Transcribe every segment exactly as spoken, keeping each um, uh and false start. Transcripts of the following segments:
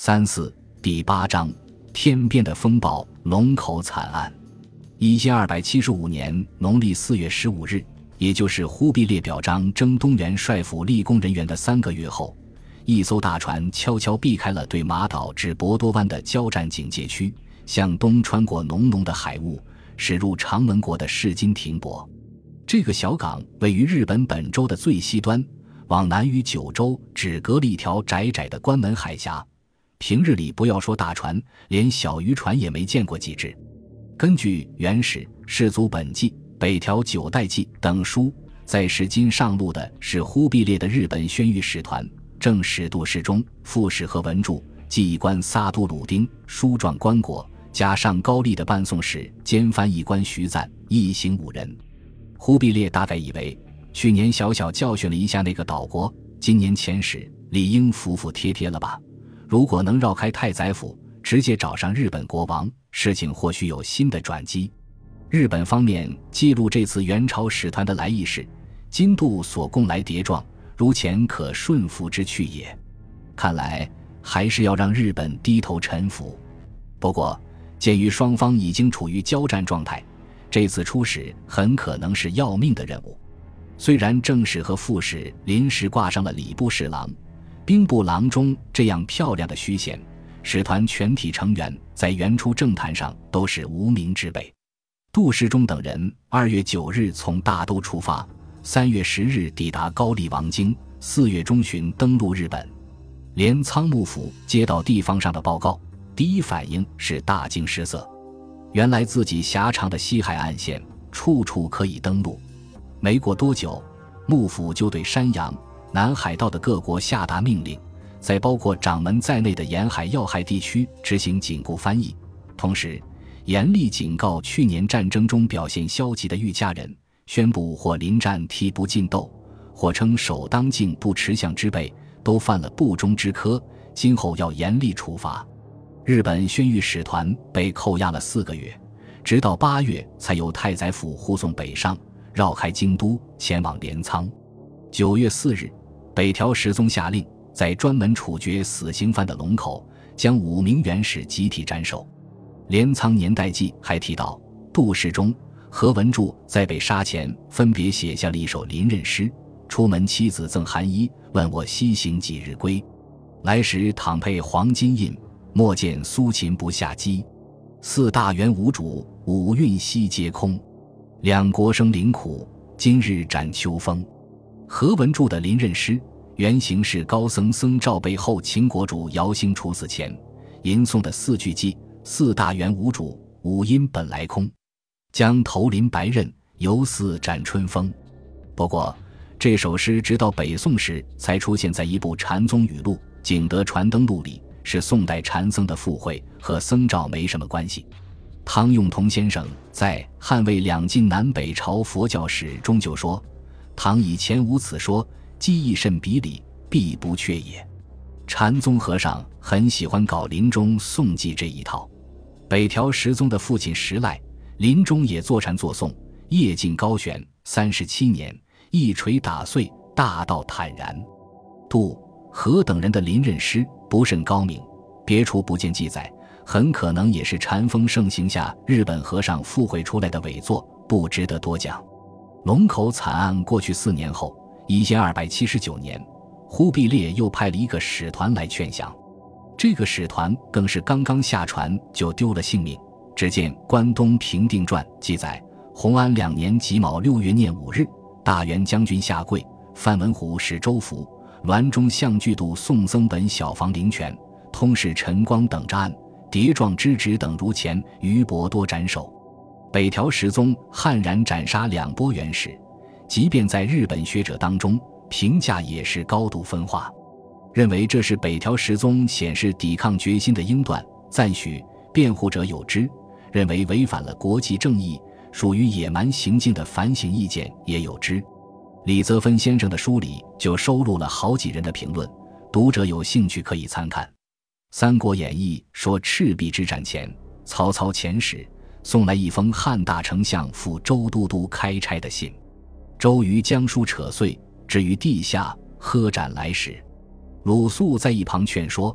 三四第八章天边的风暴龙口惨案。一千二百七十五年农历四月十五日，也就是忽必烈表彰征东原帅府立功人员的三个月后，一艘大船悄悄避开了对马岛至博多湾的交战警戒区，向东穿过浓浓的海雾，驶入长门国的市津停泊。这个小港位于日本本州的最西端，往南与九州只隔了一条窄窄的关门海峡。平日里不要说大船，连小渔船也没见过几只。根据《元史》《世祖本纪》《北条九代记》等书，在市津上路的是忽必烈的日本宣谕使团，正使杜世忠、副使何文柱、记忆官萨都鲁丁、书状官国，加上高丽的伴送使兼翻译官徐赞，一行五人。忽必烈大概以为，去年小小教训了一下那个岛国，今年遣使理应服服帖帖了吧？如果能绕开太宰府，直接找上日本国王，事情或许有新的转机。日本方面记录这次元朝使团的来意是：今度所供来牒状，如前可顺服之去也。看来还是要让日本低头臣服。不过，鉴于双方已经处于交战状态，这次出使很可能是要命的任务。虽然正使和副使临时挂上了礼部侍郎、兵部郎中这样漂亮的虚衔，使团全体成员在原初政坛上都是无名之辈。杜世忠等人二月九日从大都出发，三月十日抵达高丽王京，四月中旬登陆日本。连仓幕府接到地方上的报告，第一反应是大惊失色。原来自己狭长的西海岸线处处可以登陆。没过多久，幕府就对山阳、南海道的各国下达命令，在包括掌门在内的沿海要害地区执行紧固翻译，同时严厉警告去年战争中表现消极的御家人，宣布或临战踢不进斗，或称首当敬不持相之辈，都犯了不忠之科，今后要严厉处罚。日本宣谕使团被扣押了四个月，直到八月才由太宰府护送北上，绕开京都前往镰仓。九月四日，北条时宗下令在专门处决死刑犯的龙口，将五名元士集体斩首。镰仓年代记还提到，杜世忠、何文柱在被杀前分别写下了一首临任诗，出门妻子赠寒衣，问我西行几日归，来时倘配黄金印，莫见苏秦不下机，四大元无主，五运西皆空，两国生灵苦，今日展秋风。何文柱的临任诗原型是高僧僧肇背后秦国主姚兴处死前吟诵的四句偈：四大元无主，五音本来空，将头临白刃，犹似展春风。不过这首诗直到北宋时才出现在一部禅宗语录《景德传灯录》里，是宋代禅僧的附会，和僧肇没什么关系。汤用同先生在《汉魏两晋南北朝佛教史》中就说，唐以前无此说，机亦甚比理，必不缺也。禅宗和尚很喜欢搞临终诵记这一套。北条时宗的父亲时赖临终也坐禅作诵，夜尽高悬，三十七年，一锤打碎，大道坦然。杜、何等人的临任诗不甚高明，别处不见记载，很可能也是禅风盛行下日本和尚附会出来的伪作，不值得多讲。龙口惨案过去四年后，一千二百七十九年，忽必烈又派了一个使团来劝降。这个使团更是刚刚下船就丢了性命。只见《关东平定传》记载，弘安两年己卯六月廿五日，大元将军下跪，范文虎使州府，滦中相剧度宋僧本小房灵泉，通事陈光等着案，谍状之职等如前，于博多斩首。北条时宗悍然斩杀两拨元士，即便在日本学者当中，评价也是高度分化，认为这是北条时宗显示抵抗决心的英断，赞许；辩护者有之，认为违反了国际正义，属于野蛮行径的反省意见也有之。李泽芬先生的书里就收录了好几人的评论，读者有兴趣可以参看。《三国演义》说赤壁之战前，曹操遣使送来一封汉大丞相赴周都督开差的信，周瑜将书扯碎，置于地下，喝斩来使。鲁肃在一旁劝说，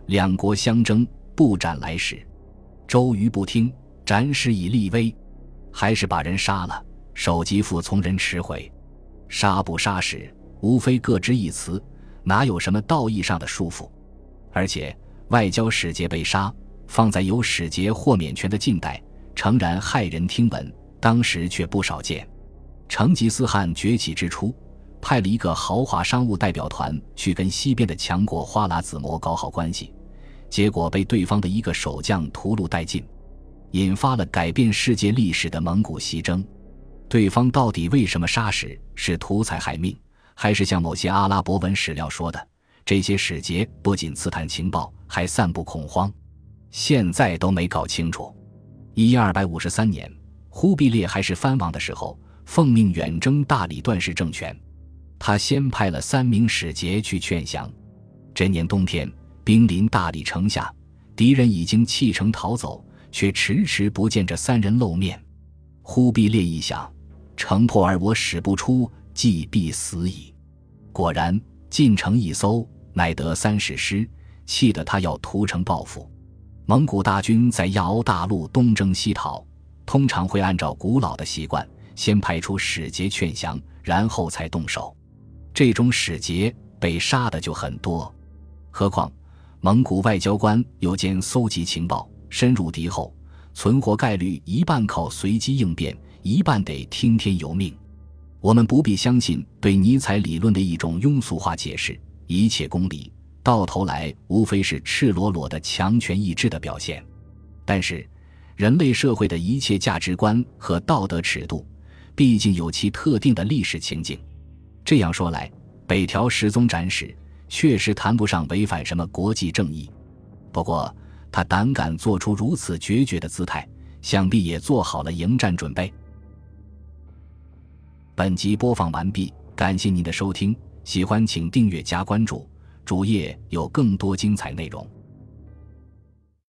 两国相争，不斩来使。周瑜不听，斩使以立威，还是把人杀了，首级复从人持回。杀不杀使，无非各执一词，哪有什么道义上的束缚？而且外交使节被杀，放在有使节豁免权的近代，诚然骇人听闻，当时却不少见。成吉思汗崛起之初，派了一个豪华商务代表团去跟西边的强国花剌子模搞好关系，结果被对方的一个守将屠戮殆尽，引发了改变世界历史的蒙古西征。对方到底为什么杀使？是图财害命，还是像某些阿拉伯文史料说的，这些使节不仅刺探情报，还散布恐慌？现在都没搞清楚。一二五三年，忽必烈还是藩王的时候，奉命远征大理段氏政权，他先派了三名使节去劝降。这年冬天，兵临大理城下，敌人已经弃城逃走，却迟迟不见这三人露面。忽必烈一想，城破而我使不出，计必死矣。果然进城一搜，乃得三使师，气得他要屠城报复。蒙古大军在亚欧大陆东征西讨，通常会按照古老的习惯，先派出使节劝降，然后才动手。这种使节被杀的就很多。何况蒙古外交官又兼搜集情报，深入敌后，存活概率一半靠随机应变，一半得听天由命。我们不必相信对尼采理论的一种庸俗化解释，一切公理到头来无非是赤裸裸的强权意志的表现。但是人类社会的一切价值观和道德尺度毕竟有其特定的历史情境。这样说来，北条十宗斩使确实谈不上违反什么国际正义，不过他胆敢做出如此决绝的姿态，想必也做好了迎战准备。本集播放完毕，感谢您的收听，喜欢请订阅加关注，主页有更多精彩内容。